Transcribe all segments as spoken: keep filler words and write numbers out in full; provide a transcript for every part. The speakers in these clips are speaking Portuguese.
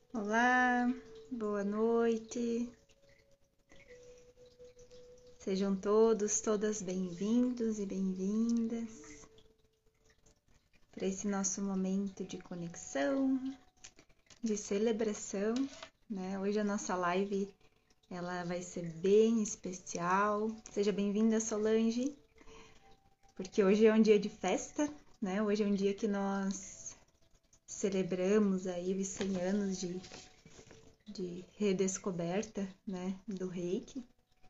Olá, boa noite. Sejam todos, todas bem-vindos e bem-vindas para esse nosso momento de conexão, de celebração, né? Hoje a nossa live ela vai ser bem especial. Seja bem-vinda, Solange, porque hoje é um dia de festa, né? Hoje é um dia que nós celebramos aí os cem anos de, de redescoberta, né, do Reiki.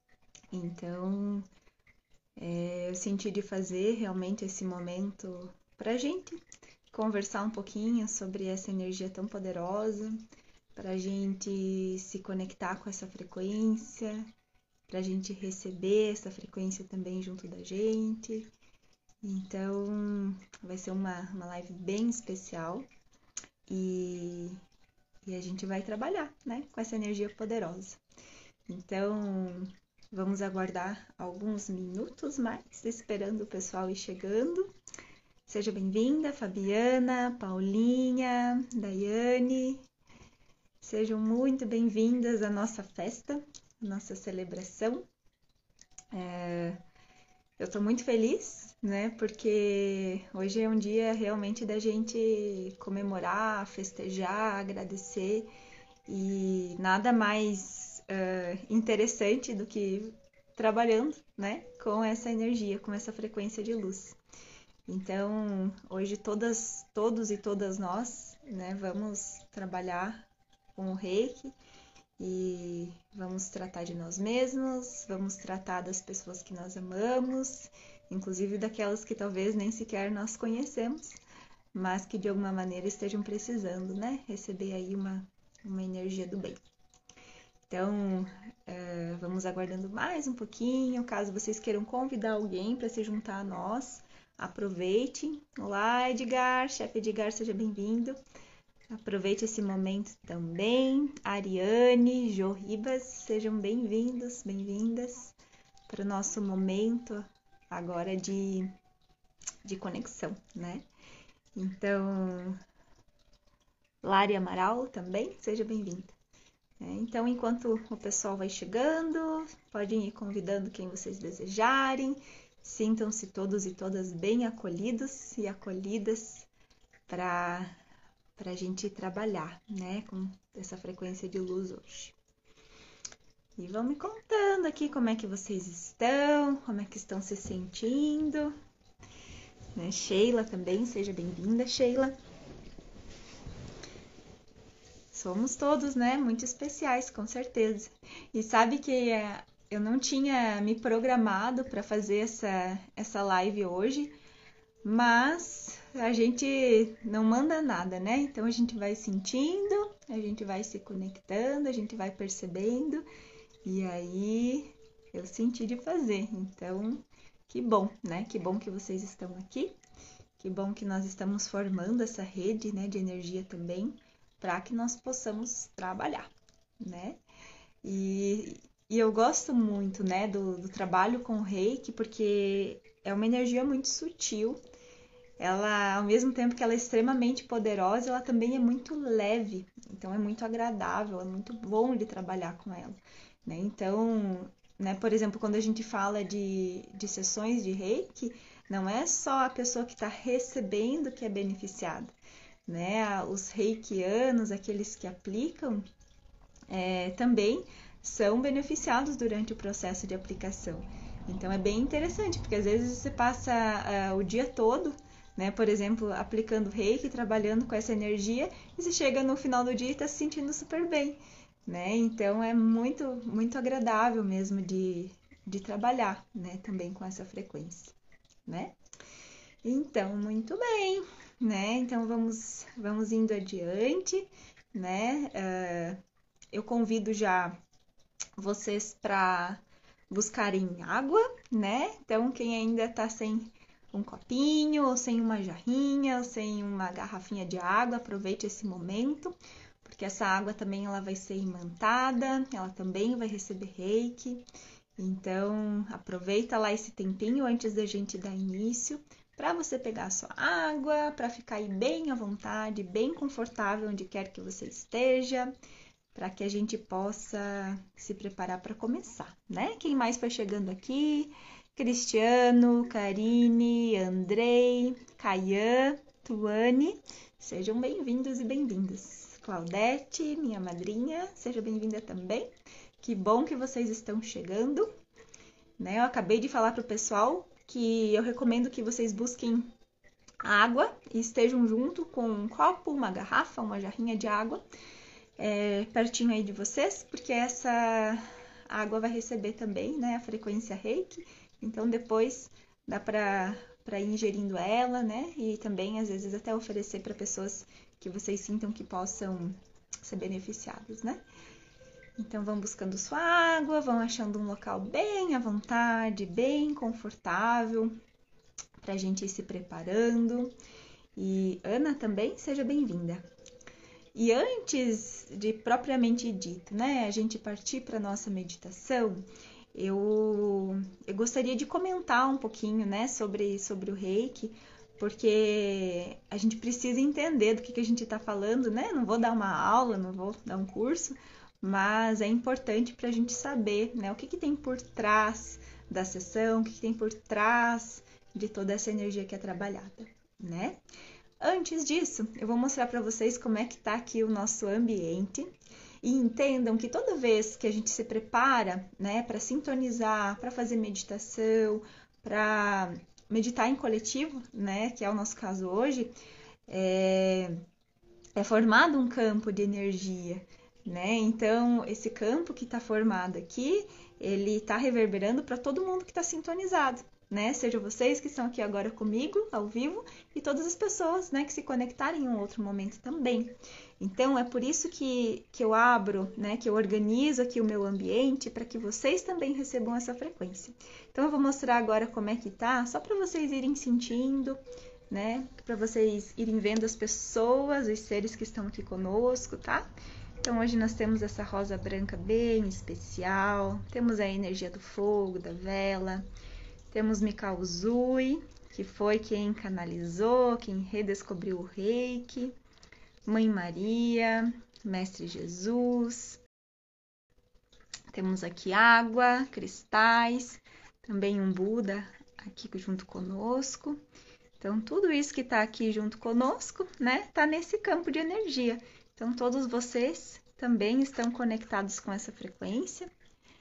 Então, é, eu senti de fazer realmente esse momento para a gente conversar um pouquinho sobre essa energia tão poderosa, para a gente se conectar com essa frequência, para a gente receber essa frequência também junto da gente. Então, vai ser uma, uma live bem especial e, e a gente vai trabalhar, né, com essa energia poderosa. Então, vamos aguardar alguns minutos mais, esperando o pessoal ir chegando. Seja bem-vinda, Fabiana, Paulinha, Daiane. Sejam muito bem-vindas à nossa festa, à nossa celebração. É, eu estou muito feliz, né? Porque hoje é um dia realmente da gente comemorar, festejar, agradecer e nada mais uh, interessante do que trabalhando, né, com essa energia, com essa frequência de luz. Então, hoje todas, todos e todas nós, né, vamos trabalhar com o Reiki e vamos tratar de nós mesmos, vamos tratar das pessoas que nós amamos, inclusive daquelas que talvez nem sequer nós conhecemos, mas que de alguma maneira estejam precisando, né, receber aí uma, uma energia do bem. Então, uh, vamos aguardando mais um pouquinho. Caso vocês queiram convidar alguém para se juntar a nós, aproveite. Olá, Edgar, chefe Edgar, seja bem-vindo. Aproveite esse momento também. Ariane, Jo Ribas, sejam bem-vindos, bem-vindas para o nosso momento agora de, de conexão, né? Então, Lari Amaral também, seja bem-vinda. Então, enquanto o pessoal vai chegando, podem ir convidando quem vocês desejarem. Sintam-se todos e todas bem acolhidos e acolhidas para a gente trabalhar, né, com essa frequência de luz hoje. E vão me contando aqui como é que vocês estão, como é que estão se sentindo. Né? Sheila também, seja bem-vinda, Sheila. Somos todos, né? Muito especiais, com certeza. E sabe que é, eu não tinha me programado para fazer essa, essa live hoje, mas a gente não manda nada, né? Então a gente vai sentindo, a gente vai se conectando, a gente vai percebendo, e aí eu senti de fazer. Então, que bom, né? Que bom que vocês estão aqui, que bom que nós estamos formando essa rede, né, de energia também, para que nós possamos trabalhar, né? E, e eu gosto muito, né, do, do trabalho com o Reiki, porque é uma energia muito sutil. Ela, ao mesmo tempo que ela é extremamente poderosa, ela também é muito leve. Então é muito agradável, é muito bom de trabalhar com ela, né? Então, né, por exemplo, quando a gente fala de, de sessões de Reiki, não é só a pessoa que está recebendo que é beneficiada, né? Os reikianos, aqueles que aplicam, é, também são beneficiados durante o processo de aplicação. Então é bem interessante, porque às vezes você passa uh, o dia todo, né, por exemplo, aplicando reiki, trabalhando com essa energia, e você chega no final do dia e está se sentindo super bem, né? Então é muito, muito agradável mesmo de, de trabalhar, né, também com essa frequência, né? Então, muito bem, né? Então vamos, vamos indo adiante, né? Uh, eu convido já vocês para buscarem água, né? Então, quem ainda tá sem um copinho, ou sem uma jarrinha, ou sem uma garrafinha de água, aproveite esse momento, porque essa água também ela vai ser imantada, ela também vai receber reiki. Então, aproveita lá esse tempinho antes da gente dar início para você pegar a sua água, para ficar aí bem à vontade, bem confortável onde quer que você esteja, para que a gente possa se preparar para começar, né? Quem mais foi chegando aqui? Cristiano, Karine, Andrei, Caian, Tuane, sejam bem-vindos e bem-vindas. Claudete, minha madrinha, seja bem-vinda também. Que bom que vocês estão chegando, né? Eu acabei de falar para o pessoal que eu recomendo que vocês busquem água e estejam junto com um copo, uma garrafa, uma jarrinha de água, é, pertinho aí de vocês, porque essa água vai receber também, né, a frequência Reiki, então depois dá para para ir ingerindo ela, né, e também às vezes até oferecer para pessoas que vocês sintam que possam ser beneficiadas, né. Então vão buscando sua água, vão achando um local bem à vontade, bem confortável, para a gente ir se preparando. E Ana também, seja bem-vinda. E antes de propriamente dito, né, a gente partir para a nossa meditação, eu, eu gostaria de comentar um pouquinho, né, sobre, sobre o Reiki, porque a gente precisa entender do que, que a gente está falando, né? Não vou dar uma aula, não vou dar um curso, mas é importante para a gente saber, né, o que, que tem por trás da sessão, o que, que tem por trás de toda essa energia que é trabalhada, né? Antes disso, eu vou mostrar para vocês como é que está aqui o nosso ambiente e entendam que toda vez que a gente se prepara, né, para sintonizar, para fazer meditação, para meditar em coletivo, né, que é o nosso caso hoje, é, é formado um campo de energia, né? Então, esse campo que está formado aqui, ele está reverberando para todo mundo que está sintonizado, né? Seja vocês que estão aqui agora comigo, ao vivo, e todas as pessoas, né, que se conectarem em um outro momento também. Então, é por isso que, que eu abro, né, que eu organizo aqui o meu ambiente para que vocês também recebam essa frequência. Então, eu vou mostrar agora como é que tá, só para vocês irem sentindo, né, para vocês irem vendo as pessoas, os seres que estão aqui conosco, tá? Então, hoje nós temos essa rosa branca bem especial, temos a energia do fogo, da vela, temos Mikao Uzui, que foi quem canalizou, quem redescobriu o Reiki, Mãe Maria, Mestre Jesus, temos aqui água, cristais, também um Buda aqui junto conosco. Então, tudo isso que está aqui junto conosco, né, está nesse campo de energia. Então, todos vocês também estão conectados com essa frequência,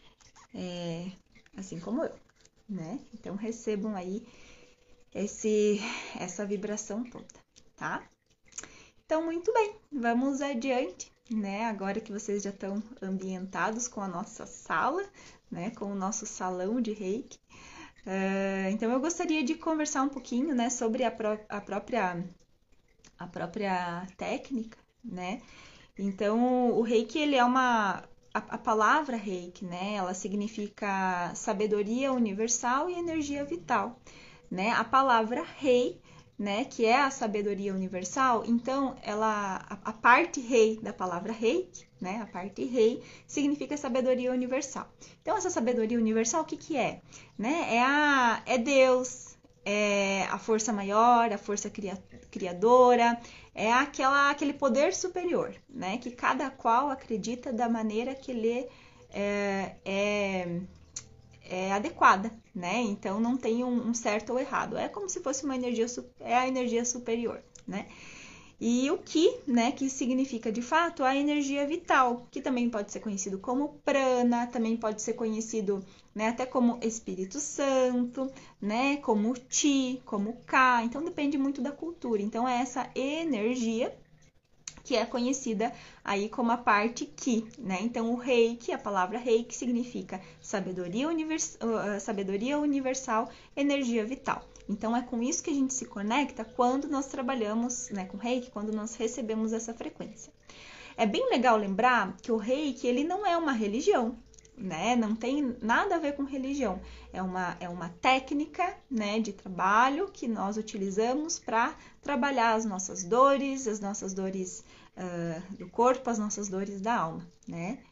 é, assim como eu, né? Então, recebam aí esse, essa vibração toda, tá? Então, muito bem, vamos adiante, né? Agora que vocês já estão ambientados com a nossa sala, né? Com o nosso salão de Reiki. Uh, então, eu gostaria de conversar um pouquinho, né? Sobre a, pró a, própria, a própria técnica, né? Então, o Reiki, ele é uma... A, a palavra Reiki, né? Ela significa sabedoria universal e energia vital, né? A palavra Rei, né? Que é a sabedoria universal. Então, ela... A, a parte Rei da palavra Reiki, né? A parte Rei significa sabedoria universal. Então, essa sabedoria universal, o que que é? Né? É, a, é Deus, é a força maior, a força criadora, é aquela, aquele poder superior, né? Que cada qual acredita da maneira que ele é, é, é adequada, né? Então não tem um, um certo ou errado. É como se fosse uma energia, é a energia superior, né? E o Ki, né, que significa de fato a energia vital, que também pode ser conhecido como prana, também pode ser conhecido, né, até como Espírito Santo, né, como Chi, como Ka, então depende muito da cultura. Então é essa energia que é conhecida aí como a parte Ki, né? Então o Reiki, a palavra Reiki significa sabedoria, univers... sabedoria universal, energia vital. Então é com isso que a gente se conecta quando nós trabalhamos, né, com Reiki, quando nós recebemos essa frequência. É bem legal lembrar que o Reiki, ele não é uma religião, né? Não tem nada a ver com religião. É uma, é uma técnica, né, de trabalho que nós utilizamos para trabalhar as nossas dores, as nossas dores uh, do corpo, as nossas dores da alma, né?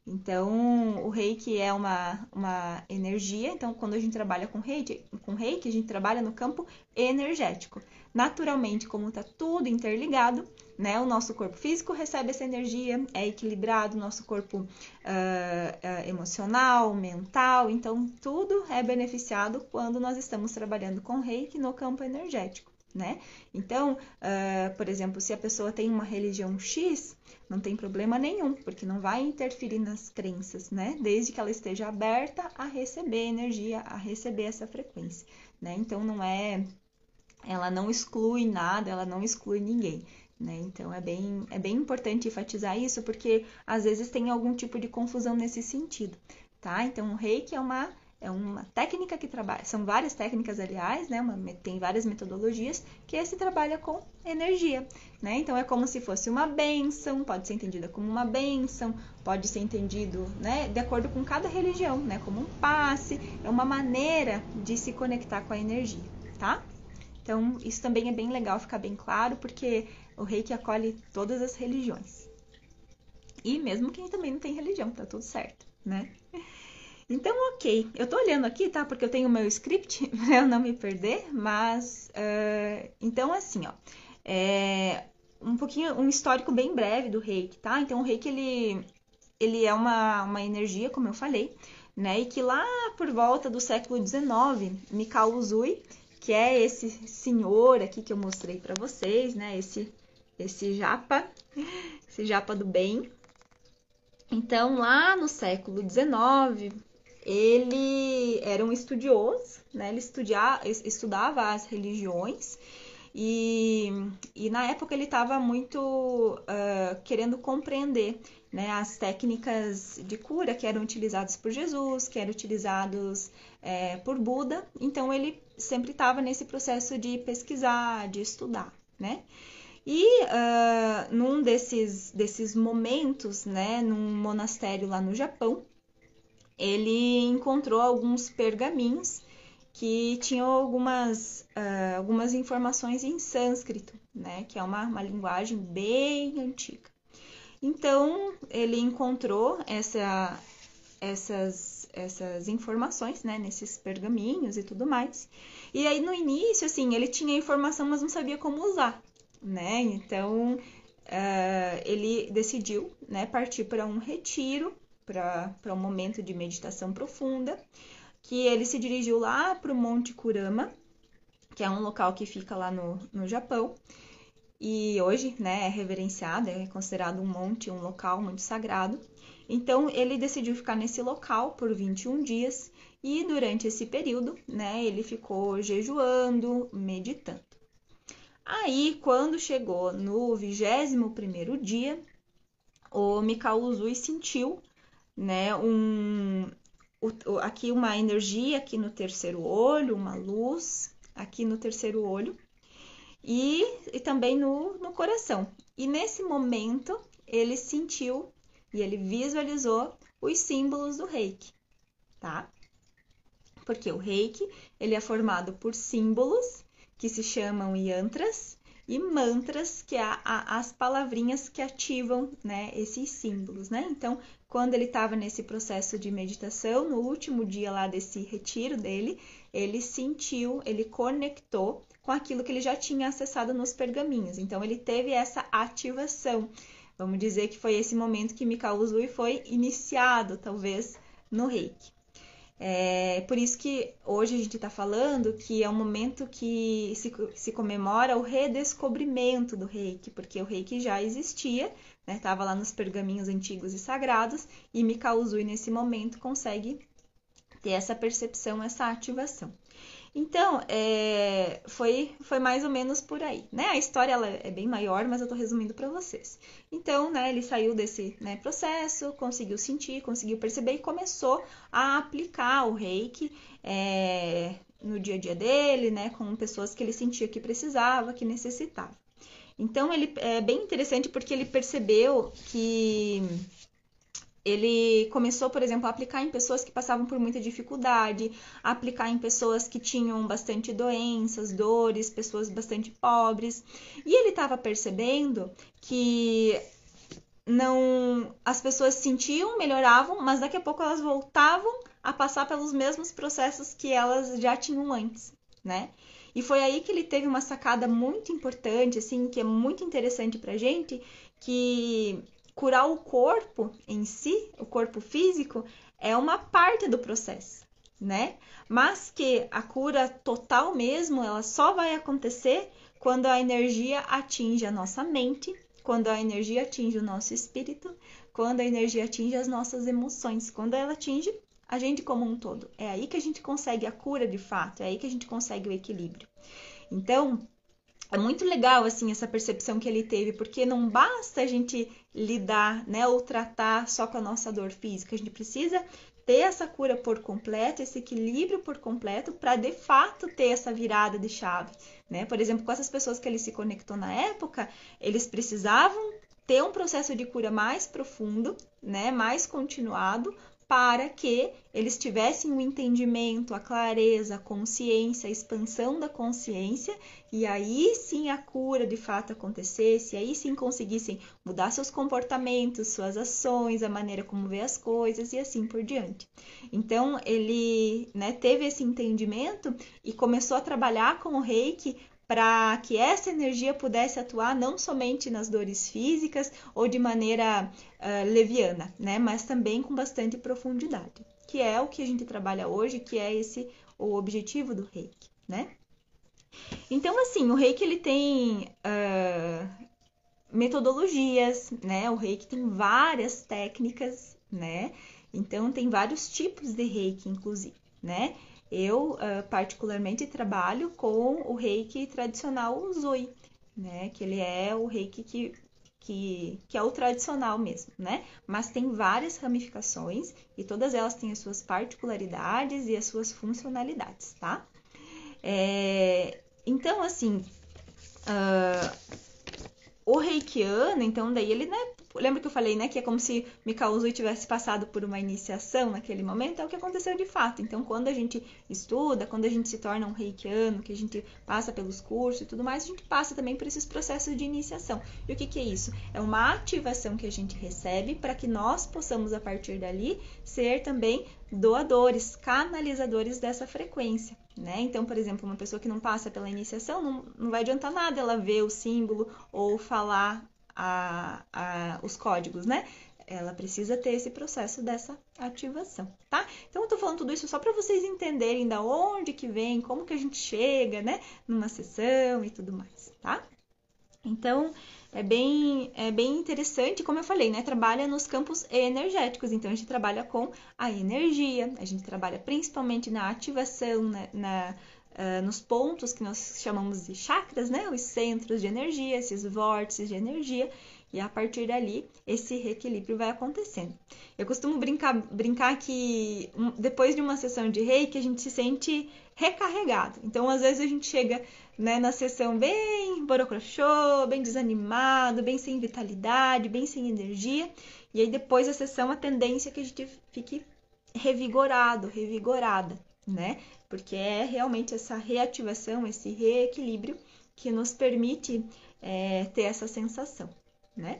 Então, o reiki é uma, uma energia, então quando a gente trabalha com reiki, com reiki, a gente trabalha no campo energético. Naturalmente, como está tudo interligado, né, o nosso corpo físico recebe essa energia, é equilibrado, o nosso corpo uh, uh, emocional, mental, então tudo é beneficiado quando nós estamos trabalhando com reiki no campo energético. Né? Então, uh, por exemplo, se a pessoa tem uma religião X, não tem problema nenhum, porque não vai interferir nas crenças, né? Desde que ela esteja aberta a receber energia, a receber essa frequência, né? Então, não é, ela não exclui nada, ela não exclui ninguém, né? Então, é bem, é bem importante enfatizar isso, porque às vezes tem algum tipo de confusão nesse sentido, tá? Então, o reiki é uma É uma técnica que trabalha, são várias técnicas, aliás, né? Uma, tem várias metodologias que esse trabalha com energia, né? Então é como se fosse uma bênção, pode ser entendida como uma bênção, pode ser entendido, né? De acordo com cada religião, né? Como um passe, é uma maneira de se conectar com a energia, tá? Então isso também é bem legal ficar bem claro, porque o reiki acolhe todas as religiões. E mesmo quem também não tem religião, tá tudo certo, né? Então, ok. Eu tô olhando aqui, tá? Porque eu tenho o meu script pra eu não me perder, mas... Uh, então, assim, ó. É um pouquinho, um histórico bem breve do reiki, tá? Então, o reiki, ele, ele é uma, uma energia, como eu falei, né? E que lá por volta do século dezenove, Mikao Usui, que é esse senhor aqui que eu mostrei pra vocês, né? Esse, esse japa, esse japa do bem. Então, lá no século dezenove... ele era um estudioso, né? Ele estudia, estudava as religiões e, e na época ele estava muito uh, querendo compreender, né, as técnicas de cura que eram utilizadas por Jesus, que eram utilizados é, por Buda. Então ele sempre estava nesse processo de pesquisar, de estudar, né? E uh, num desses, desses momentos, né, num monastério lá no Japão, ele encontrou alguns pergaminhos que tinham algumas, uh, algumas informações em sânscrito, né, que é uma, uma linguagem bem antiga. Então, ele encontrou essa, essas, essas informações, né, nesses pergaminhos e tudo mais. E aí, no início, assim, ele tinha informação, mas não sabia como usar, né? Então, uh, ele decidiu, né, partir para um retiro, para um momento de meditação profunda, que ele se dirigiu lá para o Monte Kurama, que é um local que fica lá no, no Japão, e hoje, né, é reverenciado, é considerado um monte, um local muito sagrado. Então, ele decidiu ficar nesse local por vinte e um dias, e durante esse período, né, ele ficou jejuando, meditando. Aí, quando chegou no vigésimo primeiro dia, o Mikao Usui sentiu, né, um, o, aqui uma energia aqui no terceiro olho, uma luz aqui no terceiro olho e, e também no, no coração. E nesse momento ele sentiu e ele visualizou os símbolos do reiki, tá? Porque o reiki ele é formado por símbolos que se chamam yantras e mantras, que é a, a, as palavrinhas que ativam, né, esses símbolos, né? Então, quando ele estava nesse processo de meditação, no último dia lá desse retiro dele, ele sentiu, ele conectou com aquilo que ele já tinha acessado nos pergaminhos. Então, ele teve essa ativação. Vamos dizer que foi esse momento que Mikao Usui foi iniciado, talvez, no reiki. É por isso que hoje a gente está falando que é um momento que se, se comemora o redescobrimento do reiki, porque o reiki já existia, estava, né, lá nos pergaminhos antigos e sagrados, e Mikao Usui nesse momento consegue ter essa percepção, essa ativação. Então, é, foi, foi mais ou menos por aí, né? A história ela é bem maior, mas eu tô resumindo para vocês. Então, né, ele saiu desse, né, processo, conseguiu sentir, conseguiu perceber e começou a aplicar o reiki é, no dia a dia dele, né, com pessoas que ele sentia que precisava, que necessitava. Então, ele é bem interessante porque ele percebeu que ele começou, por exemplo, a aplicar em pessoas que passavam por muita dificuldade, a aplicar em pessoas que tinham bastante doenças, dores, pessoas bastante pobres. E ele estava percebendo que não, as pessoas sentiam, melhoravam, mas daqui a pouco elas voltavam a passar pelos mesmos processos que elas já tinham antes, né? E foi aí que ele teve uma sacada muito importante, assim, que é muito interessante pra gente, que curar o corpo em si, o corpo físico, é uma parte do processo, né? Mas que a cura total mesmo, ela só vai acontecer quando a energia atinge a nossa mente, quando a energia atinge o nosso espírito, quando a energia atinge as nossas emoções, quando ela atinge a gente como um todo. É aí que a gente consegue a cura de fato, é aí que a gente consegue o equilíbrio. Então, é muito legal, assim, essa percepção que ele teve, porque não basta a gente lidar, né, ou tratar só com a nossa dor física, a gente precisa ter essa cura por completo, esse equilíbrio por completo, para de fato ter essa virada de chave, né? Por exemplo, com essas pessoas que ele se conectou na época, eles precisavam ter um processo de cura mais profundo, né, mais continuado, para que eles tivessem o entendimento, a clareza, a consciência, a expansão da consciência, e aí sim a cura de fato acontecesse, e aí sim conseguissem mudar seus comportamentos, suas ações, a maneira como vê as coisas e assim por diante. Então ele, né, teve esse entendimento e começou a trabalhar com o Reiki para que essa energia pudesse atuar não somente nas dores físicas ou de maneira uh, leviana, né, mas também com bastante profundidade, que é o que a gente trabalha hoje, que é esse o objetivo do Reiki, né? Então, assim, o Reiki ele tem uh, metodologias, né? O Reiki tem várias técnicas, né? Então, tem vários tipos de Reiki, inclusive, né? Eu, uh, particularmente, trabalho com o Reiki tradicional Usui, né? Que ele é o Reiki que, que, que é o tradicional mesmo, né? Mas tem várias ramificações e todas elas têm as suas particularidades e as suas funcionalidades, tá? É, então, assim, uh, o reikiano, então, daí ele, né? Lembra que eu falei, né? Que é como se Mikao Usui tivesse passado por uma iniciação naquele momento? É o que aconteceu de fato. Então, quando a gente estuda, quando a gente se torna um reikiano, que a gente passa pelos cursos e tudo mais, a gente passa também por esses processos de iniciação. E o que, que é isso? É uma ativação que a gente recebe para que nós possamos, a partir dali, ser também doadores, canalizadores dessa frequência, né? Então, por exemplo, uma pessoa que não passa pela iniciação, não, não vai adiantar nada ela ver o símbolo ou falar a, a, os códigos, né? Ela precisa ter esse processo dessa ativação, tá? Então, eu tô falando tudo isso só para vocês entenderem da onde que vem, como que a gente chega, né? Numa sessão e tudo mais, tá? Então, é bem, é bem interessante, como eu falei, né? Trabalha nos campos energéticos, então a gente trabalha com a energia, a gente trabalha principalmente na ativação, na, na, uh, nos pontos que nós chamamos de chakras, né? Os centros de energia, esses vórtices de energia, e a partir dali esse reequilíbrio vai acontecendo. Eu costumo brincar, brincar que depois de uma sessão de Reiki a gente se sente recarregado. Então, às vezes a gente chega, né, na sessão bem borocochô, bem desanimado, bem sem vitalidade, bem sem energia. E aí depois da sessão a tendência é que a gente fique revigorado, revigorada, né? Porque é realmente essa reativação, esse reequilíbrio que nos permite é, ter essa sensação, né?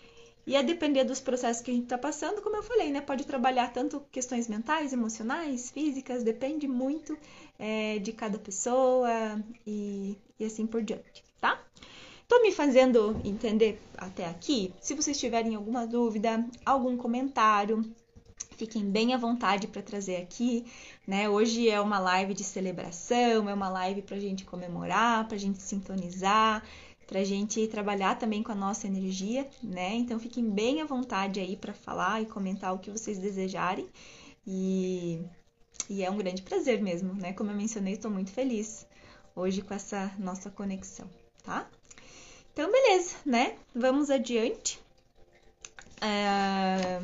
E a depender dos processos que a gente está passando, como eu falei, né? Pode trabalhar tanto questões mentais, emocionais, físicas, depende muito é, de cada pessoa e, e assim por diante, tá? Tô me fazendo entender até aqui? Se vocês tiverem alguma dúvida, algum comentário, fiquem bem à vontade para trazer aqui, né? Hoje é uma live de celebração, é uma live para a gente comemorar, para a gente sintonizar, pra gente trabalhar também com a nossa energia, né? Então fiquem bem à vontade aí para falar e comentar o que vocês desejarem. E, e é um grande prazer mesmo, né? Como eu mencionei, estou muito feliz hoje com essa nossa conexão, tá? Então, beleza, né? Vamos adiante. É...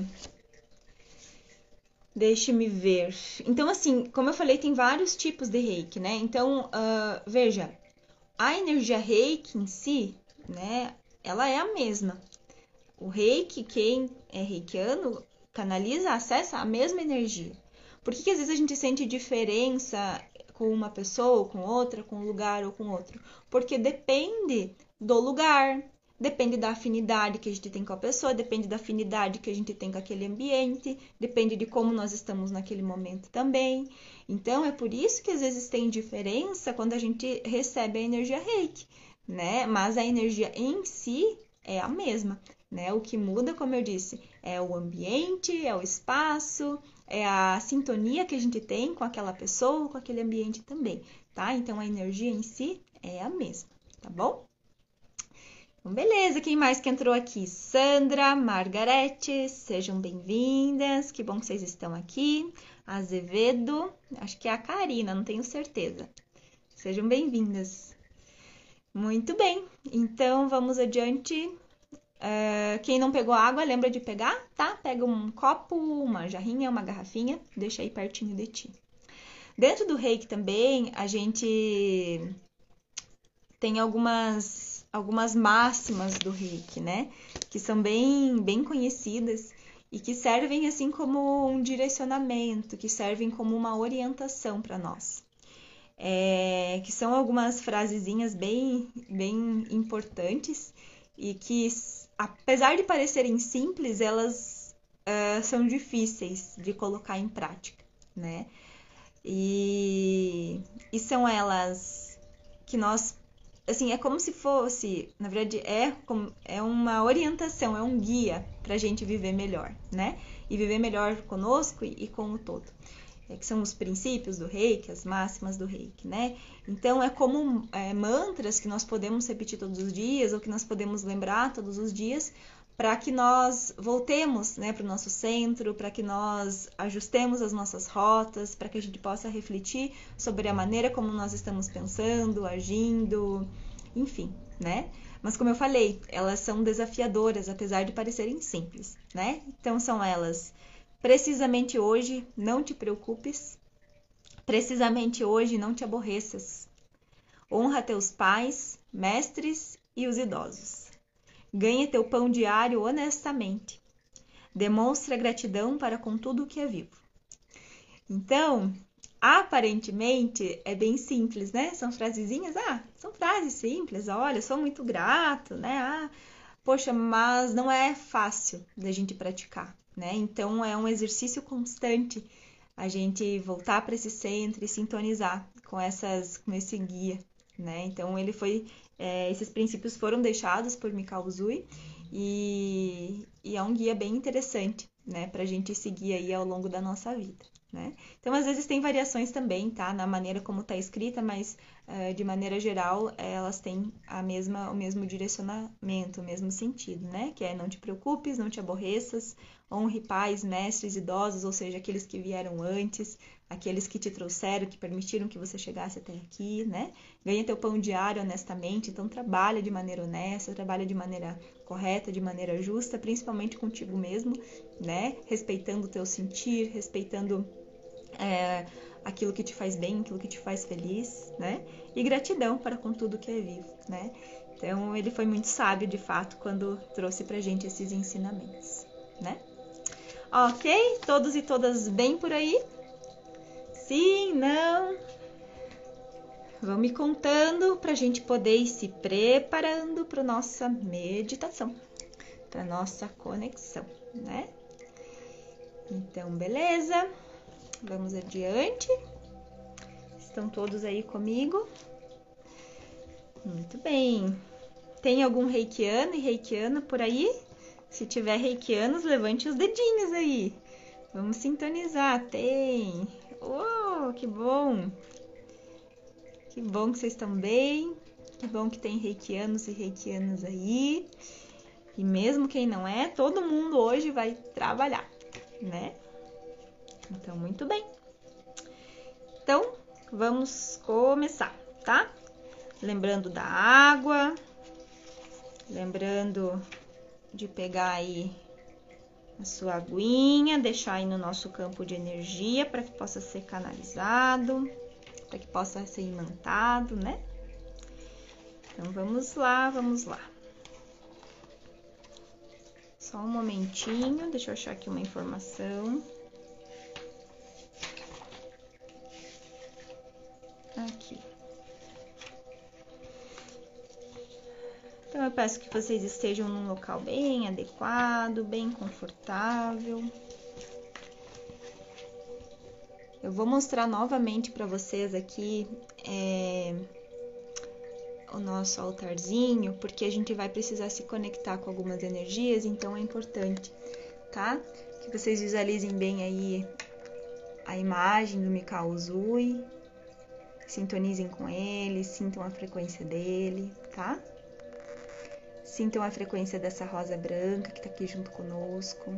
Deixe-me ver. Então, assim, como eu falei, tem vários tipos de reiki, né? Então, uh, veja, a energia reiki em si, né, ela é a mesma. O reiki, quem é reikiano, canaliza, acessa a mesma energia. Por que, que às vezes a gente sente diferença com uma pessoa ou com outra, com um lugar ou com outro? Porque depende do lugar, depende da afinidade que a gente tem com a pessoa, depende da afinidade que a gente tem com aquele ambiente, depende de como nós estamos naquele momento também. Então, é por isso que às vezes tem diferença quando a gente recebe a energia Reiki, né? Mas a energia em si é a mesma, né? O que muda, como eu disse, é o ambiente, é o espaço, é a sintonia que a gente tem com aquela pessoa, com aquele ambiente também, tá? Então, a energia em si é a mesma, tá bom? Então, beleza, quem mais que entrou aqui? Sandra, Margarete, sejam bem-vindas, que bom que vocês estão aqui. Azevedo, acho que é a Karina, não tenho certeza. Sejam bem-vindas. Muito bem, então vamos adiante. Uh, quem não pegou água, lembra de pegar, tá? Pega um copo, uma jarrinha, uma garrafinha, deixa aí pertinho de ti. Dentro do Reiki também, a gente tem algumas algumas máximas do Reiki, né? Que são bem, bem conhecidas e que servem assim como um direcionamento, que servem como uma orientação para nós. É, que são algumas frasezinhas bem, bem importantes e que, apesar de parecerem simples, elas uh, são difíceis de colocar em prática, né? E, e são elas que nós assim, é como se fosse, na verdade, é, é uma orientação, é um guia para a gente viver melhor, né? E viver melhor conosco e, e com o todo. É, que são os princípios do Reiki, as máximas do Reiki, né? Então, é como é, mantras que nós podemos repetir todos os dias, ou que nós podemos lembrar todos os dias, para que nós voltemos, né, para o nosso centro, para que nós ajustemos as nossas rotas, para que a gente possa refletir sobre a maneira como nós estamos pensando, agindo, enfim, né? Mas como eu falei, elas são desafiadoras, apesar de parecerem simples, né? Então são elas: precisamente hoje, não te preocupes. Precisamente hoje, não te aborreças. Honra teus pais, mestres e os idosos. Ganhe teu pão diário honestamente. Demonstra gratidão para com tudo o que é vivo. Então, aparentemente, é bem simples, né? São frasezinhas, ah, são frases simples, olha, sou muito grato, né? Ah, poxa, mas não é fácil da gente praticar, né? Então, é um exercício constante a gente voltar para esse centro e sintonizar com, essas, com esse guia, né? Então, ele foi... É, esses princípios foram deixados por Mikao Usui e, e é um guia bem interessante, né, para a gente seguir aí ao longo da nossa vida, né? Então, às vezes tem variações também, tá, na maneira como está escrita, mas uh, de maneira geral elas têm a mesma, o mesmo direcionamento, o mesmo sentido, né? Que é: não te preocupes, não te aborreças, honre pais, mestres, idosos, ou seja, aqueles que vieram antes, aqueles que te trouxeram, que permitiram que você chegasse até aqui, né? Ganha teu pão diário honestamente, então trabalha de maneira honesta, trabalha de maneira correta, de maneira justa, principalmente contigo mesmo, né? Respeitando o teu sentir, respeitando é, aquilo que te faz bem, aquilo que te faz feliz, né? E gratidão para com tudo que é vivo, né? Então, ele foi muito sábio, de fato, quando trouxe pra gente esses ensinamentos, né? Ok? Todos e todas bem por aí? Sim, não? Vão me contando para a gente poder ir se preparando para nossa meditação, para nossa conexão, né? Então, beleza? Vamos adiante. Estão todos aí comigo? Muito bem. Tem algum reikiano e reikiana por aí? Se tiver reikianos, levante os dedinhos aí. Vamos sintonizar. Tem. Oh, que bom! Que bom que vocês estão bem. Que bom que tem reikianos e reikianas aí. E mesmo quem não é, todo mundo hoje vai trabalhar, né? Então, muito bem. Então, vamos começar, tá? Lembrando da água. Lembrando de pegar aí a sua aguinha, deixar aí no nosso campo de energia para que possa ser canalizado, para que possa ser imantado, né? Então, vamos lá, vamos lá. Só um momentinho, deixa eu achar aqui uma informação. Aqui. Então, eu peço que vocês estejam num local bem adequado, bem confortável. Eu vou mostrar novamente para vocês aqui é, o nosso altarzinho, porque a gente vai precisar se conectar com algumas energias, então é importante, tá? Que vocês visualizem bem aí a imagem do Mikao Usui, sintonizem com ele, sintam a frequência dele, tá? Sintam a frequência dessa rosa branca que tá aqui junto conosco.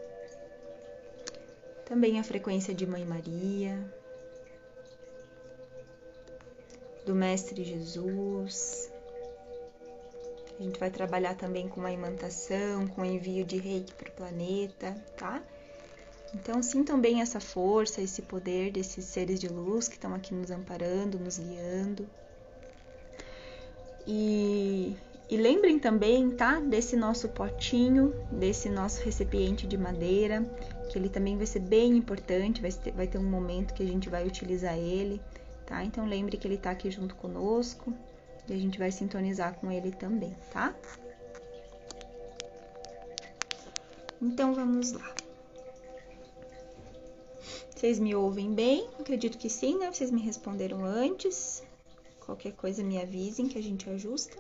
Também a frequência de Mãe Maria, do Mestre Jesus. A gente vai trabalhar também com uma imantação, com envio de reiki para o planeta, tá? Então, sintam bem essa força, esse poder desses seres de luz que estão aqui nos amparando, nos guiando. E, e lembrem também, tá? Desse nosso potinho, desse nosso recipiente de madeira, que ele também vai ser bem importante, vai ter, vai ter um momento que a gente vai utilizar ele, tá? Então, lembre que ele tá aqui junto conosco. E a gente vai sintonizar com ele também, tá? Então, vamos lá. Vocês me ouvem bem? Acredito que sim, né? Vocês me responderam antes. Qualquer coisa me avisem que a gente ajusta.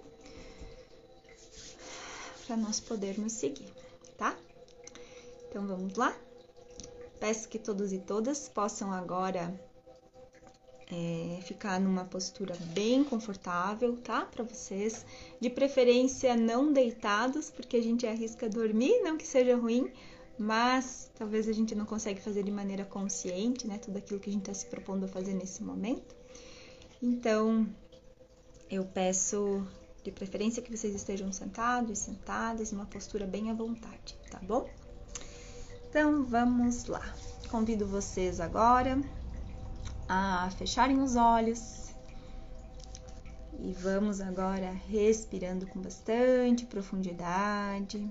Para nós podermos seguir, tá? Então, vamos lá? Peço que todos e todas possam agora... É, ficar numa postura bem confortável, tá? Para vocês, de preferência não deitados, porque a gente arrisca dormir, não que seja ruim, mas talvez a gente não consegue fazer de maneira consciente, né? Tudo aquilo que a gente está se propondo a fazer nesse momento. Então, eu peço de preferência que vocês estejam sentados e sentadas, numa postura bem à vontade, tá bom? Então, vamos lá. Convido vocês agora a fecharem os olhos e vamos agora respirando com bastante profundidade,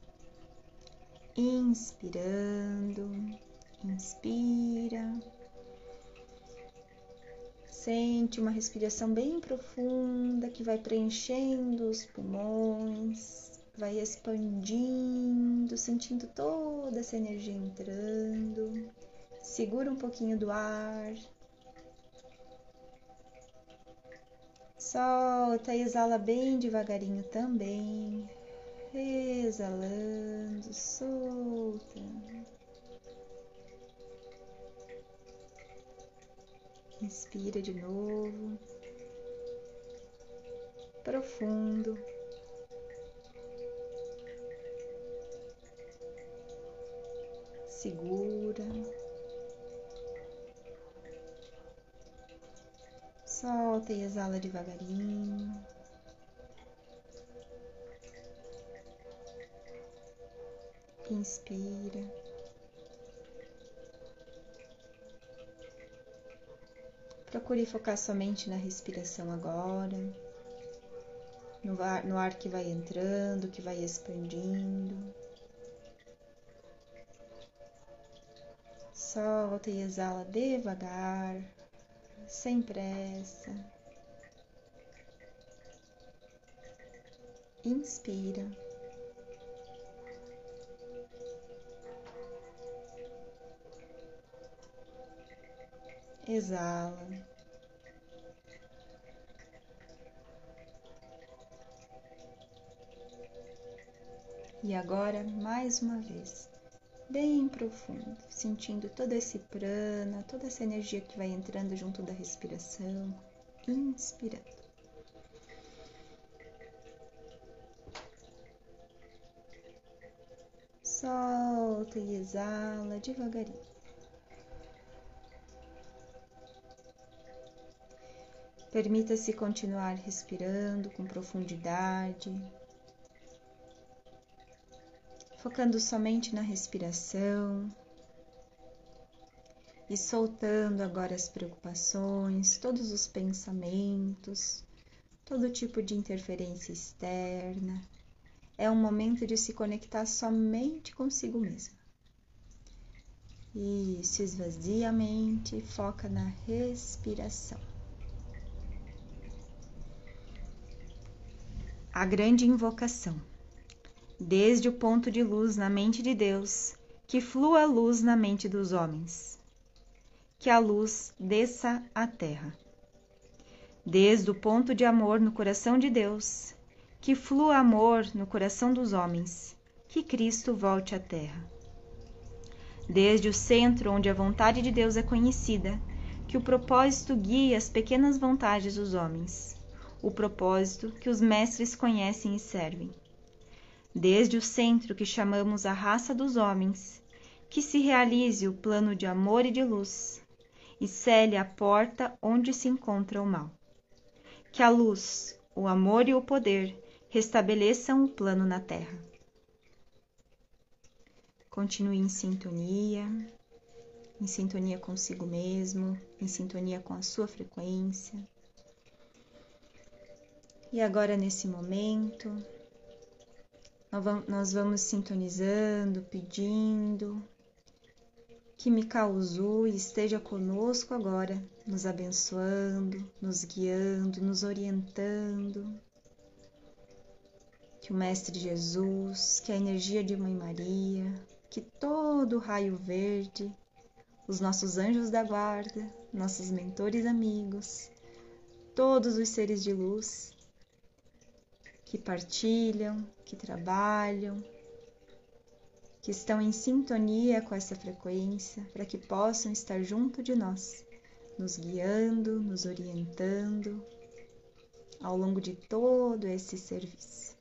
inspirando, inspira, sente uma respiração bem profunda que vai preenchendo os pulmões, vai expandindo, sentindo toda essa energia entrando, segura um pouquinho do ar. Solta e exala bem devagarinho também, exalando, solta. Inspira de novo, profundo. Segura. Solta e exala devagarinho. Inspira. Procure focar somente na respiração agora, no ar, no ar que vai entrando, que vai expandindo. Solta e exala devagar, sem pressa. Inspira. Exala. E agora, mais uma vez, bem profundo, sentindo todo esse prana, toda essa energia que vai entrando junto da respiração, inspirando. Solta e exala devagarinho. Permita-se continuar respirando com profundidade, focando somente na respiração e soltando agora as preocupações, todos os pensamentos, todo tipo de interferência externa. É um momento de se conectar somente consigo mesmo. E se esvazia a mente, foca na respiração. A grande invocação. Desde o ponto de luz na mente de Deus, que flua a luz na mente dos homens. Que a luz desça à terra. Desde o ponto de amor no coração de Deus, que flua amor no coração dos homens, que Cristo volte à terra. Desde o centro onde a vontade de Deus é conhecida, que o propósito guie as pequenas vontades dos homens, o propósito que os mestres conhecem e servem. Desde o centro que chamamos a raça dos homens, que se realize o plano de amor e de luz, e cele a porta onde se encontra o mal. Que a luz, o amor e o poder restabeleçam o plano na terra. Continue em sintonia, em sintonia consigo mesmo, em sintonia com a sua frequência. E agora, nesse momento, nós vamos sintonizando, pedindo que Mikao-Usui esteja conosco agora, nos abençoando, nos guiando, nos orientando. Que o Mestre Jesus, que a energia de Mãe Maria, que todo o raio verde, os nossos anjos da guarda, nossos mentores amigos, todos os seres de luz que partilham, que trabalham, que estão em sintonia com essa frequência, para que possam estar junto de nós, nos guiando, nos orientando ao longo de todo esse serviço.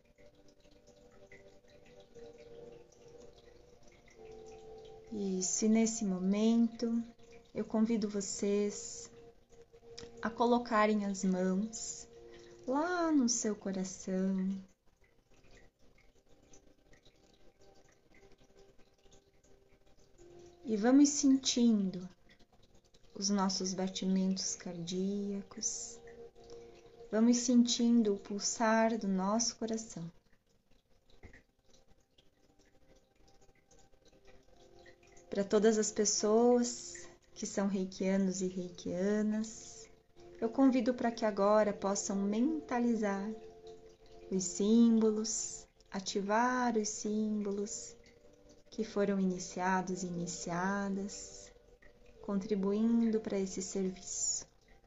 E se nesse momento eu convido vocês a colocarem as mãos lá no seu coração, e vamos sentindo os nossos batimentos cardíacos, vamos sentindo o pulsar do nosso coração. Para todas as pessoas que são reikianos e reikianas, eu convido para que agora possam mentalizar os símbolos, ativar os símbolos que foram iniciados e iniciadas, contribuindo para esse serviço.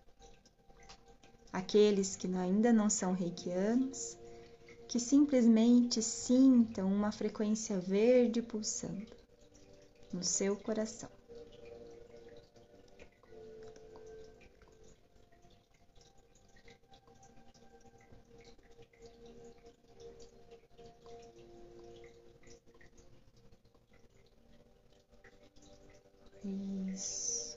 Aqueles que ainda não são reikianos, que simplesmente sintam uma frequência verde pulsando no seu coração. Isso.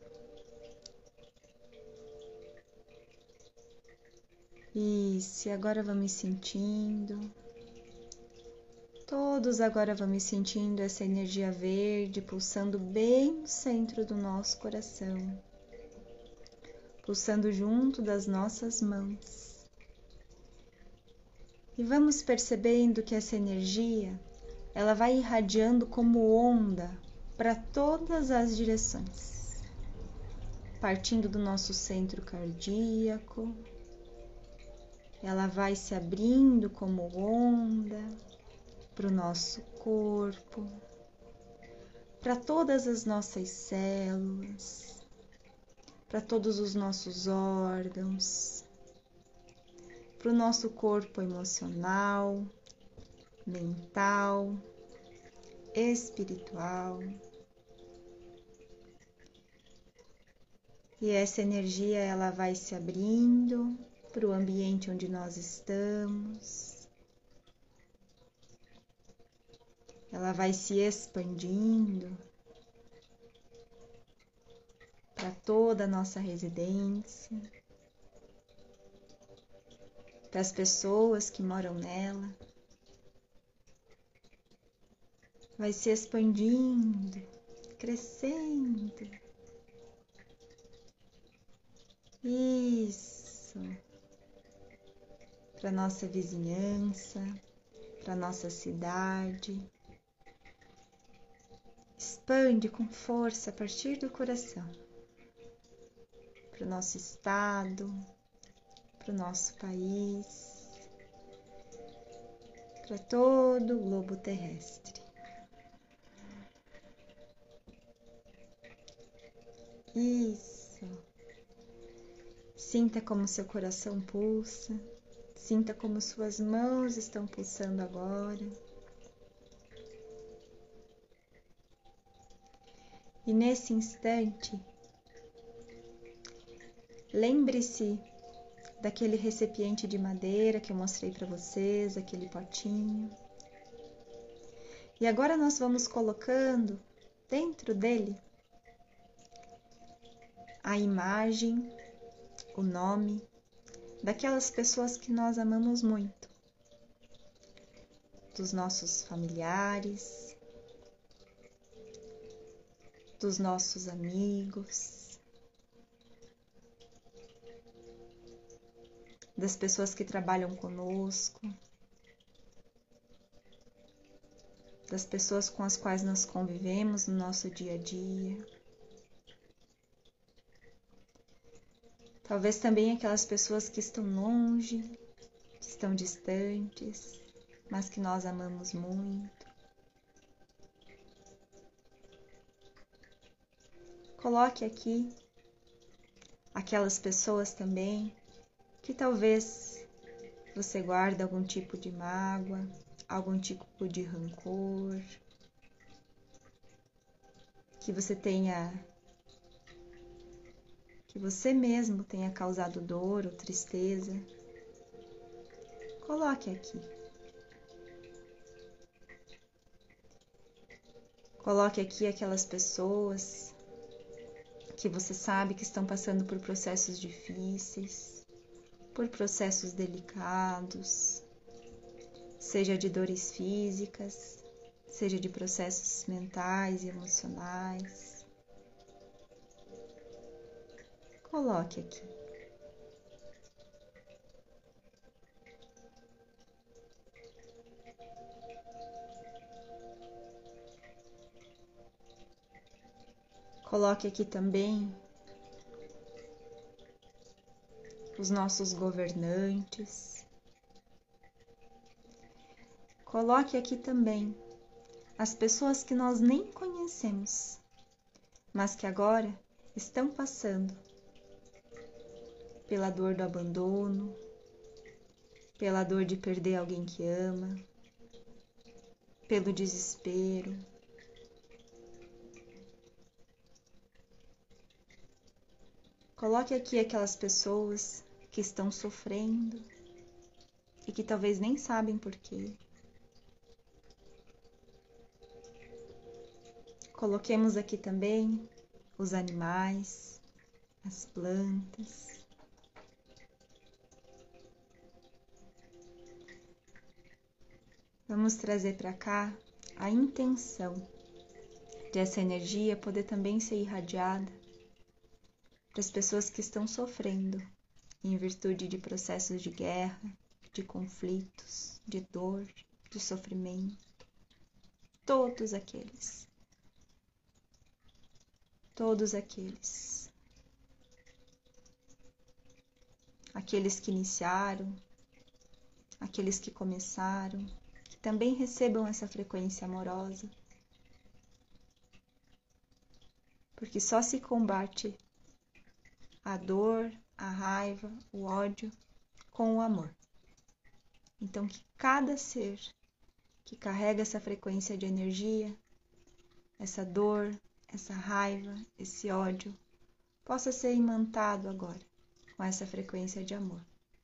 Isso, e agora vamos sentindo. Todos agora vamos sentindo essa energia verde pulsando bem no centro do nosso coração, pulsando junto das nossas mãos. E vamos percebendo que essa energia, ela vai irradiando como onda para todas as direções, partindo do nosso centro cardíaco, ela vai se abrindo como onda para o nosso corpo, para todas as nossas células, para todos os nossos órgãos, para o nosso corpo emocional, mental, espiritual. E essa energia, ela vai se abrindo para o ambiente onde nós estamos. Ela vai se expandindo para toda a nossa residência, para as pessoas que moram nela. Vai se expandindo, crescendo. Isso. Para nossa vizinhança, para nossa cidade. Expande com força a partir do coração, para o nosso estado, para o nosso país, para todo o globo terrestre. Isso. Sinta como seu coração pulsa. Sinta como suas mãos estão pulsando agora. E nesse instante, lembre-se daquele recipiente de madeira que eu mostrei para vocês, aquele potinho. E agora nós vamos colocando dentro dele a imagem, o nome daquelas pessoas que nós amamos muito, dos nossos familiares, dos nossos amigos, das pessoas que trabalham conosco, das pessoas com as quais nós convivemos no nosso dia a dia. Talvez também aquelas pessoas que estão longe, que estão distantes, mas que nós amamos muito. Coloque aqui aquelas pessoas também que talvez você guarde algum tipo de mágoa, algum tipo de rancor, que você tenha, que você mesmo tenha causado dor ou tristeza. Coloque aqui. Coloque aqui aquelas pessoas que você sabe que estão passando por processos difíceis, por processos delicados, seja de dores físicas, seja de processos mentais e emocionais. Coloque aqui. Coloque aqui também os nossos governantes. Coloque aqui também as pessoas que nós nem conhecemos, mas que agora estão passando pela dor do abandono, pela dor de perder alguém que ama, pelo desespero. Coloque aqui aquelas pessoas que estão sofrendo e que talvez nem sabem por quê. Coloquemos aqui também os animais, as plantas. Vamos trazer para cá a intenção de essa energia poder também ser irradiada para as pessoas que estão sofrendo em virtude de processos de guerra, de conflitos, de dor, de sofrimento. Todos aqueles. Todos aqueles. Aqueles que iniciaram, aqueles que começaram, que também recebam essa frequência amorosa. Porque só se combate a dor, a raiva, o ódio com o amor. Então que cada ser que carrega essa frequência de energia, essa dor, essa raiva, esse ódio, possa ser imantado agora com essa frequência de amor.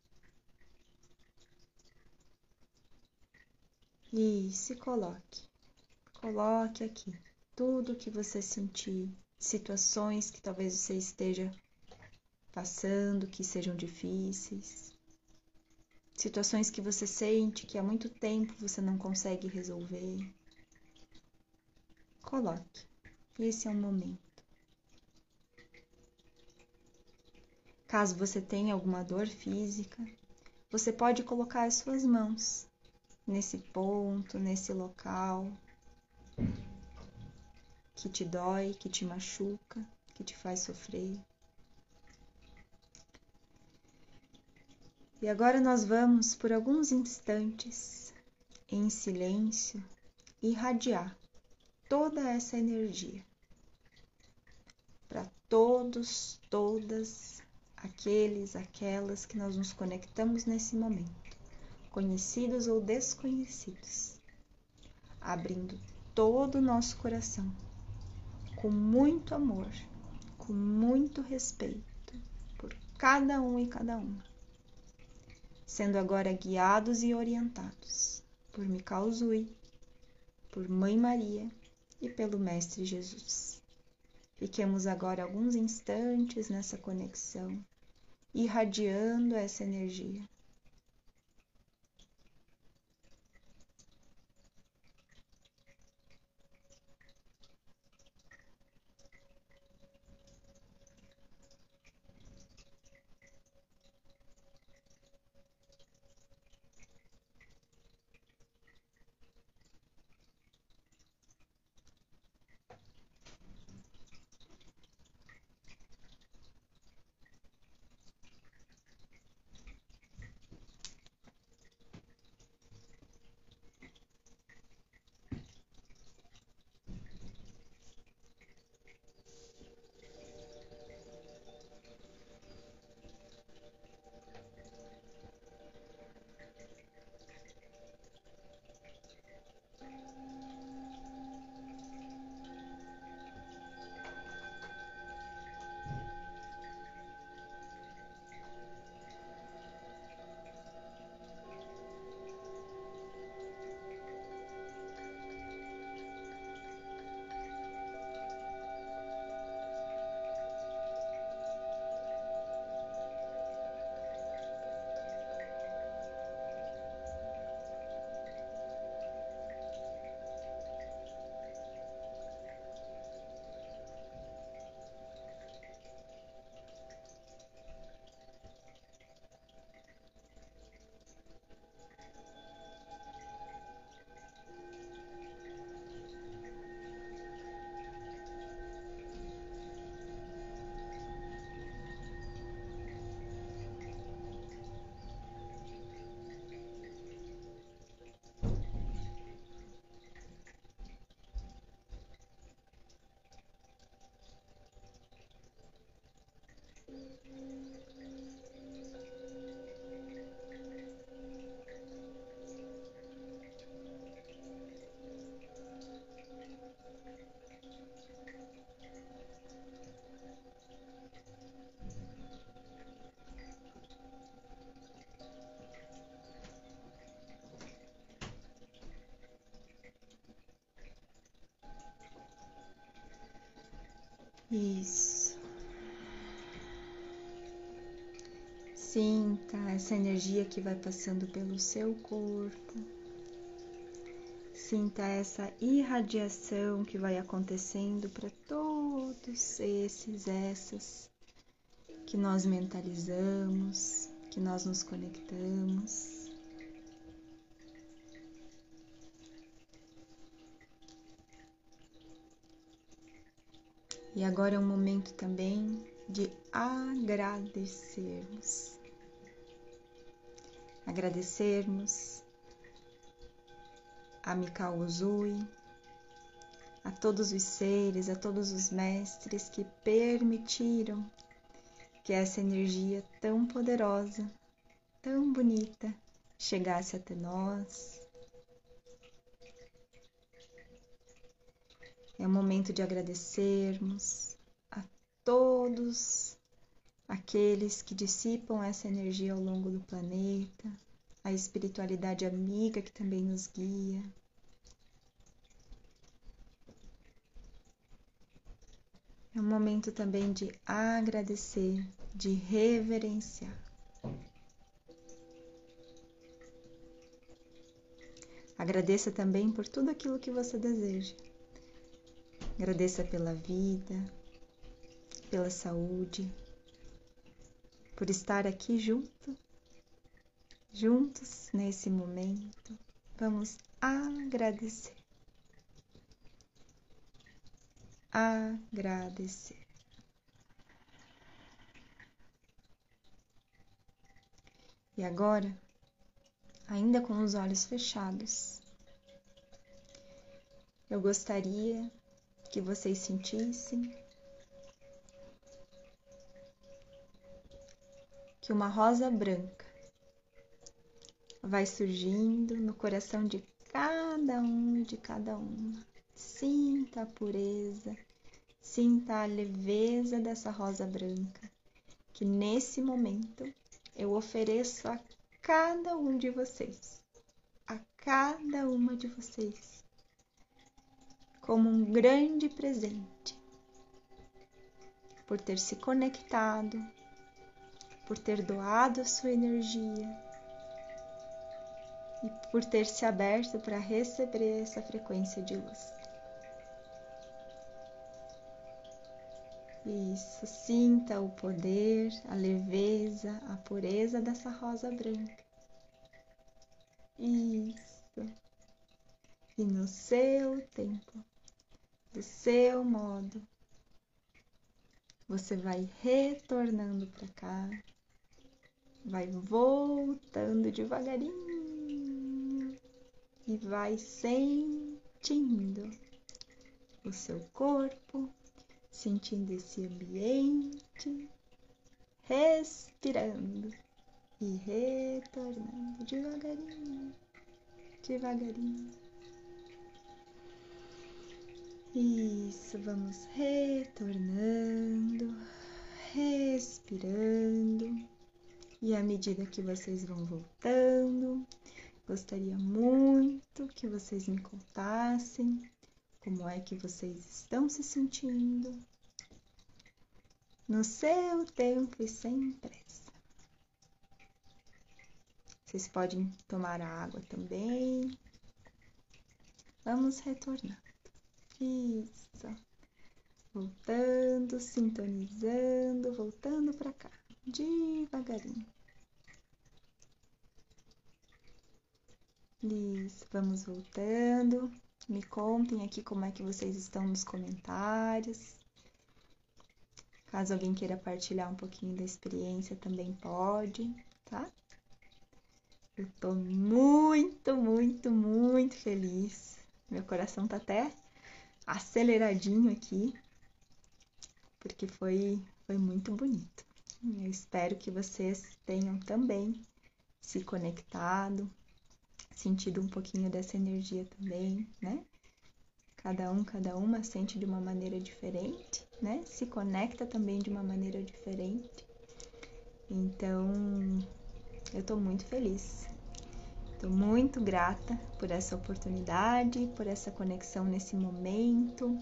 E se coloque, coloque aqui tudo que você sentir, situações que talvez você esteja passando, que sejam difíceis, situações que você sente que há muito tempo você não consegue resolver. Coloque, esse é o momento. Caso você tenha alguma dor física, você pode colocar as suas mãos nesse ponto, nesse local que te dói, que te machuca, que te faz sofrer. E agora nós vamos, por alguns instantes, em silêncio, irradiar toda essa energia para todos, todas, aqueles, aquelas que nós nos conectamos nesse momento, conhecidos ou desconhecidos, abrindo todo o nosso coração, com muito amor, com muito respeito por cada um e cada uma, sendo agora guiados e orientados por Mikao Usui, por Mãe Maria e pelo Mestre Jesus. Fiquemos agora alguns instantes nessa conexão, irradiando essa energia. Isso. Sinta essa energia que vai passando pelo seu corpo. Sinta essa irradiação que vai acontecendo para todos esses, essas que nós mentalizamos, que nós nos conectamos. E agora é um momento também de agradecermos. Agradecermos a Mikao Usui, a todos os seres, a todos os mestres que permitiram que essa energia tão poderosa, tão bonita, chegasse até nós. É o momento de agradecermos a todos aqueles que dissipam essa energia ao longo do planeta, a espiritualidade amiga que também nos guia. É um momento também de agradecer, de reverenciar. Agradeça também por tudo aquilo que você deseja. Agradeça pela vida, pela saúde, por estar aqui junto, juntos nesse momento. Vamos agradecer. Agradecer. E agora, ainda com os olhos fechados, eu gostaria que vocês sentissem que uma rosa branca vai surgindo no coração de cada um e de cada uma. Sinta a pureza, sinta a leveza dessa rosa branca, que nesse momento eu ofereço a cada um de vocês, a cada uma de vocês, como um grande presente, por ter se conectado, por ter doado a sua energia e por ter se aberto para receber essa frequência de luz. Isso, sinta o poder, a leveza, a pureza dessa rosa branca. Isso. E no seu tempo, do seu modo, você vai retornando para cá, vai voltando devagarinho e vai sentindo o seu corpo, sentindo esse ambiente, respirando e retornando devagarinho, devagarinho. Isso, vamos retornando, respirando. E à medida que vocês vão voltando, gostaria muito que vocês me contassem como é que vocês estão se sentindo, no seu tempo e sem pressa. Vocês podem tomar água também. Vamos retornar. Isso. Voltando, sintonizando, voltando para cá, devagarinho. Isso, vamos voltando. Me contem aqui como é que vocês estão nos comentários. Caso alguém queira partilhar um pouquinho da experiência, também pode, tá? Eu tô muito, muito, muito feliz. Meu coração tá até aceleradinho aqui, porque foi, foi muito bonito. Eu espero que vocês tenham também se conectado, sentido um pouquinho dessa energia também, né? Cada um, cada uma sente de uma maneira diferente, né? Se conecta também de uma maneira diferente. Então, eu tô muito feliz. Tô muito grata por essa oportunidade, por essa conexão nesse momento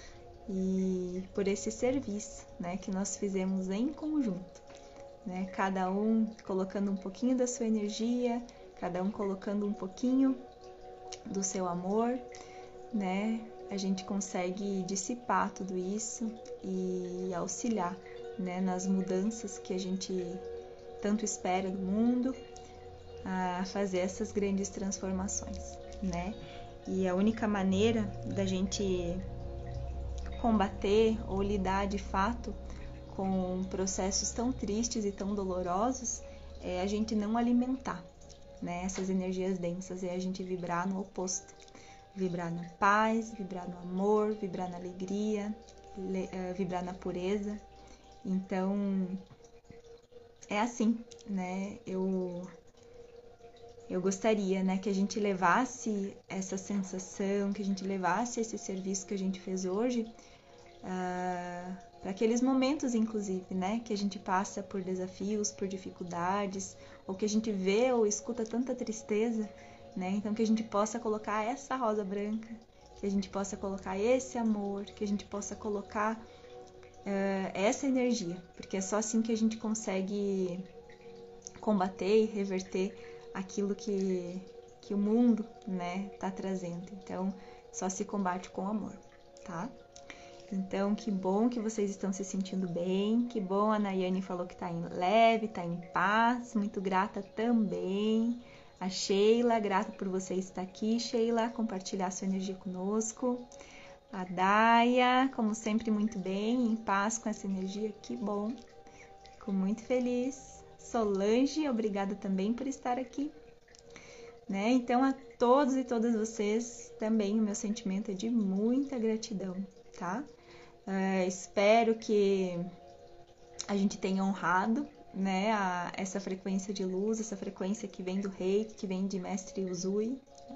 e por esse serviço, né, que nós fizemos em conjunto, né? Cada um colocando um pouquinho da sua energia, cada um colocando um pouquinho do seu amor, né? A gente consegue dissipar tudo isso e auxiliar, né, nas mudanças que a gente tanto espera do mundo, a fazer essas grandes transformações, né? E a única maneira da gente combater ou lidar de fato com processos tão tristes e tão dolorosos é a gente não alimentar, né, essas energias densas, é a gente vibrar no oposto, vibrar na paz, vibrar no amor, vibrar na alegria, vibrar na pureza. Então, é assim, né? Eu Eu gostaria, né, que a gente levasse essa sensação, que a gente levasse esse serviço que a gente fez hoje uh, para aqueles momentos, inclusive, né, que a gente passa por desafios, por dificuldades, ou que a gente vê ou escuta tanta tristeza, né, então que a gente possa colocar essa rosa branca, que a gente possa colocar esse amor, que a gente possa colocar uh, essa energia, porque é só assim que a gente consegue combater e reverter aquilo que, que o mundo, né, tá trazendo. Então, só se combate com amor, tá? Então, que bom que vocês estão se sentindo bem, que bom a Nayane falou que tá em leve, tá em paz, muito grata também. A Sheila, grata por você estar aqui, Sheila, compartilhar sua energia conosco. A Daia, como sempre, muito bem, em paz com essa energia, que bom. Fico muito feliz. Solange, obrigada também por estar aqui. né? Então, a todos e todas vocês, também o meu sentimento é de muita gratidão, tá? Uh, espero que a gente tenha honrado, né, a, essa frequência de luz, essa frequência que vem do Reiki, que vem de Mestre Usui.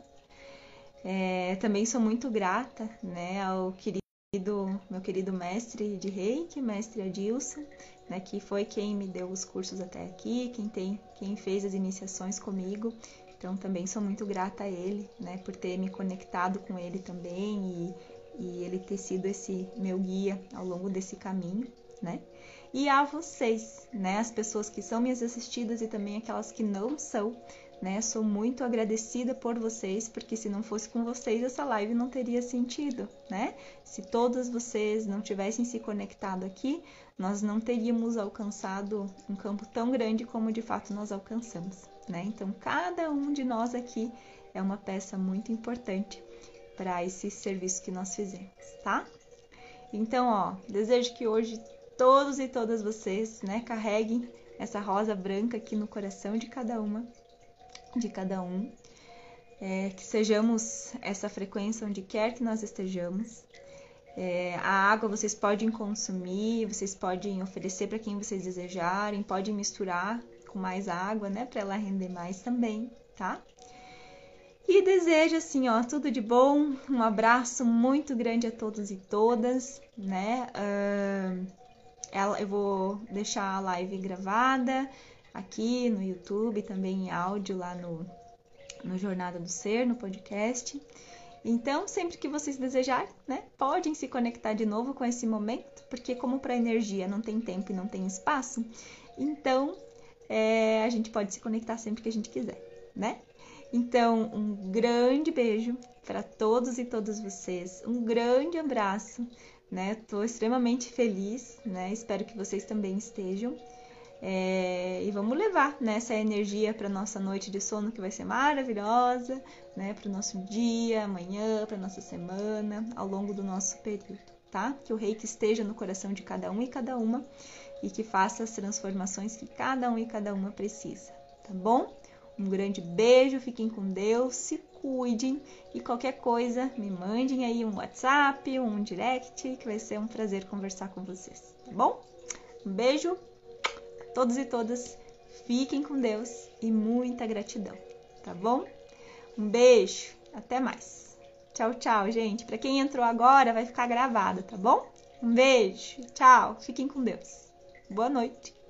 É, também sou muito grata, né, ao querido, meu querido mestre de Reiki, Mestre Adilson, né, que foi quem me deu os cursos até aqui, quem, tem, quem fez as iniciações comigo. Então também sou muito grata a ele, né, por ter me conectado com ele também e, e ele ter sido esse meu guia ao longo desse caminho, né. E a vocês, né, as pessoas que são minhas assistidas e também aquelas que não são, né, sou muito agradecida por vocês, porque se não fosse com vocês, essa live não teria sentido, né? Se todos vocês não tivessem se conectado aqui, nós não teríamos alcançado um campo tão grande como de fato nós alcançamos, né? Então, cada um de nós aqui é uma peça muito importante para esse serviço que nós fizemos, tá? Então, ó, desejo que hoje todos e todas vocês, né, carreguem essa rosa branca aqui no coração de cada uma, de cada um, é, que sejamos essa frequência onde quer que nós estejamos. É, a água vocês podem consumir, vocês podem oferecer para quem vocês desejarem, podem misturar com mais água, né, para ela render mais também, tá? E desejo assim, ó, tudo de bom, um abraço muito grande a todos e todas, né? Uh, ela, eu vou deixar a live gravada aqui no YouTube, também em áudio lá no, no Jornada do Ser, no podcast. Então, sempre que vocês desejarem, né, podem se conectar de novo com esse momento, porque como para energia não tem tempo e não tem espaço, então é, a gente pode se conectar sempre que a gente quiser, né? Então, um grande beijo para todos e todas vocês, um grande abraço, né? Tô extremamente feliz, né? Espero que vocês também estejam. É, e vamos levar, né, essa energia para nossa noite de sono, que vai ser maravilhosa, né, para o nosso dia, amanhã, para nossa semana, ao longo do nosso período, tá? Que o Reiki esteja no coração de cada um e cada uma e que faça as transformações que cada um e cada uma precisa, tá bom? Um grande beijo, fiquem com Deus, se cuidem e qualquer coisa me mandem aí um WhatsApp, um direct, que vai ser um prazer conversar com vocês, tá bom? Um beijo, todos e todas, fiquem com Deus e muita gratidão, tá bom? Um beijo, até mais. Tchau, tchau, gente. Para quem entrou agora, vai ficar gravado, tá bom? Um beijo, tchau, fiquem com Deus. Boa noite.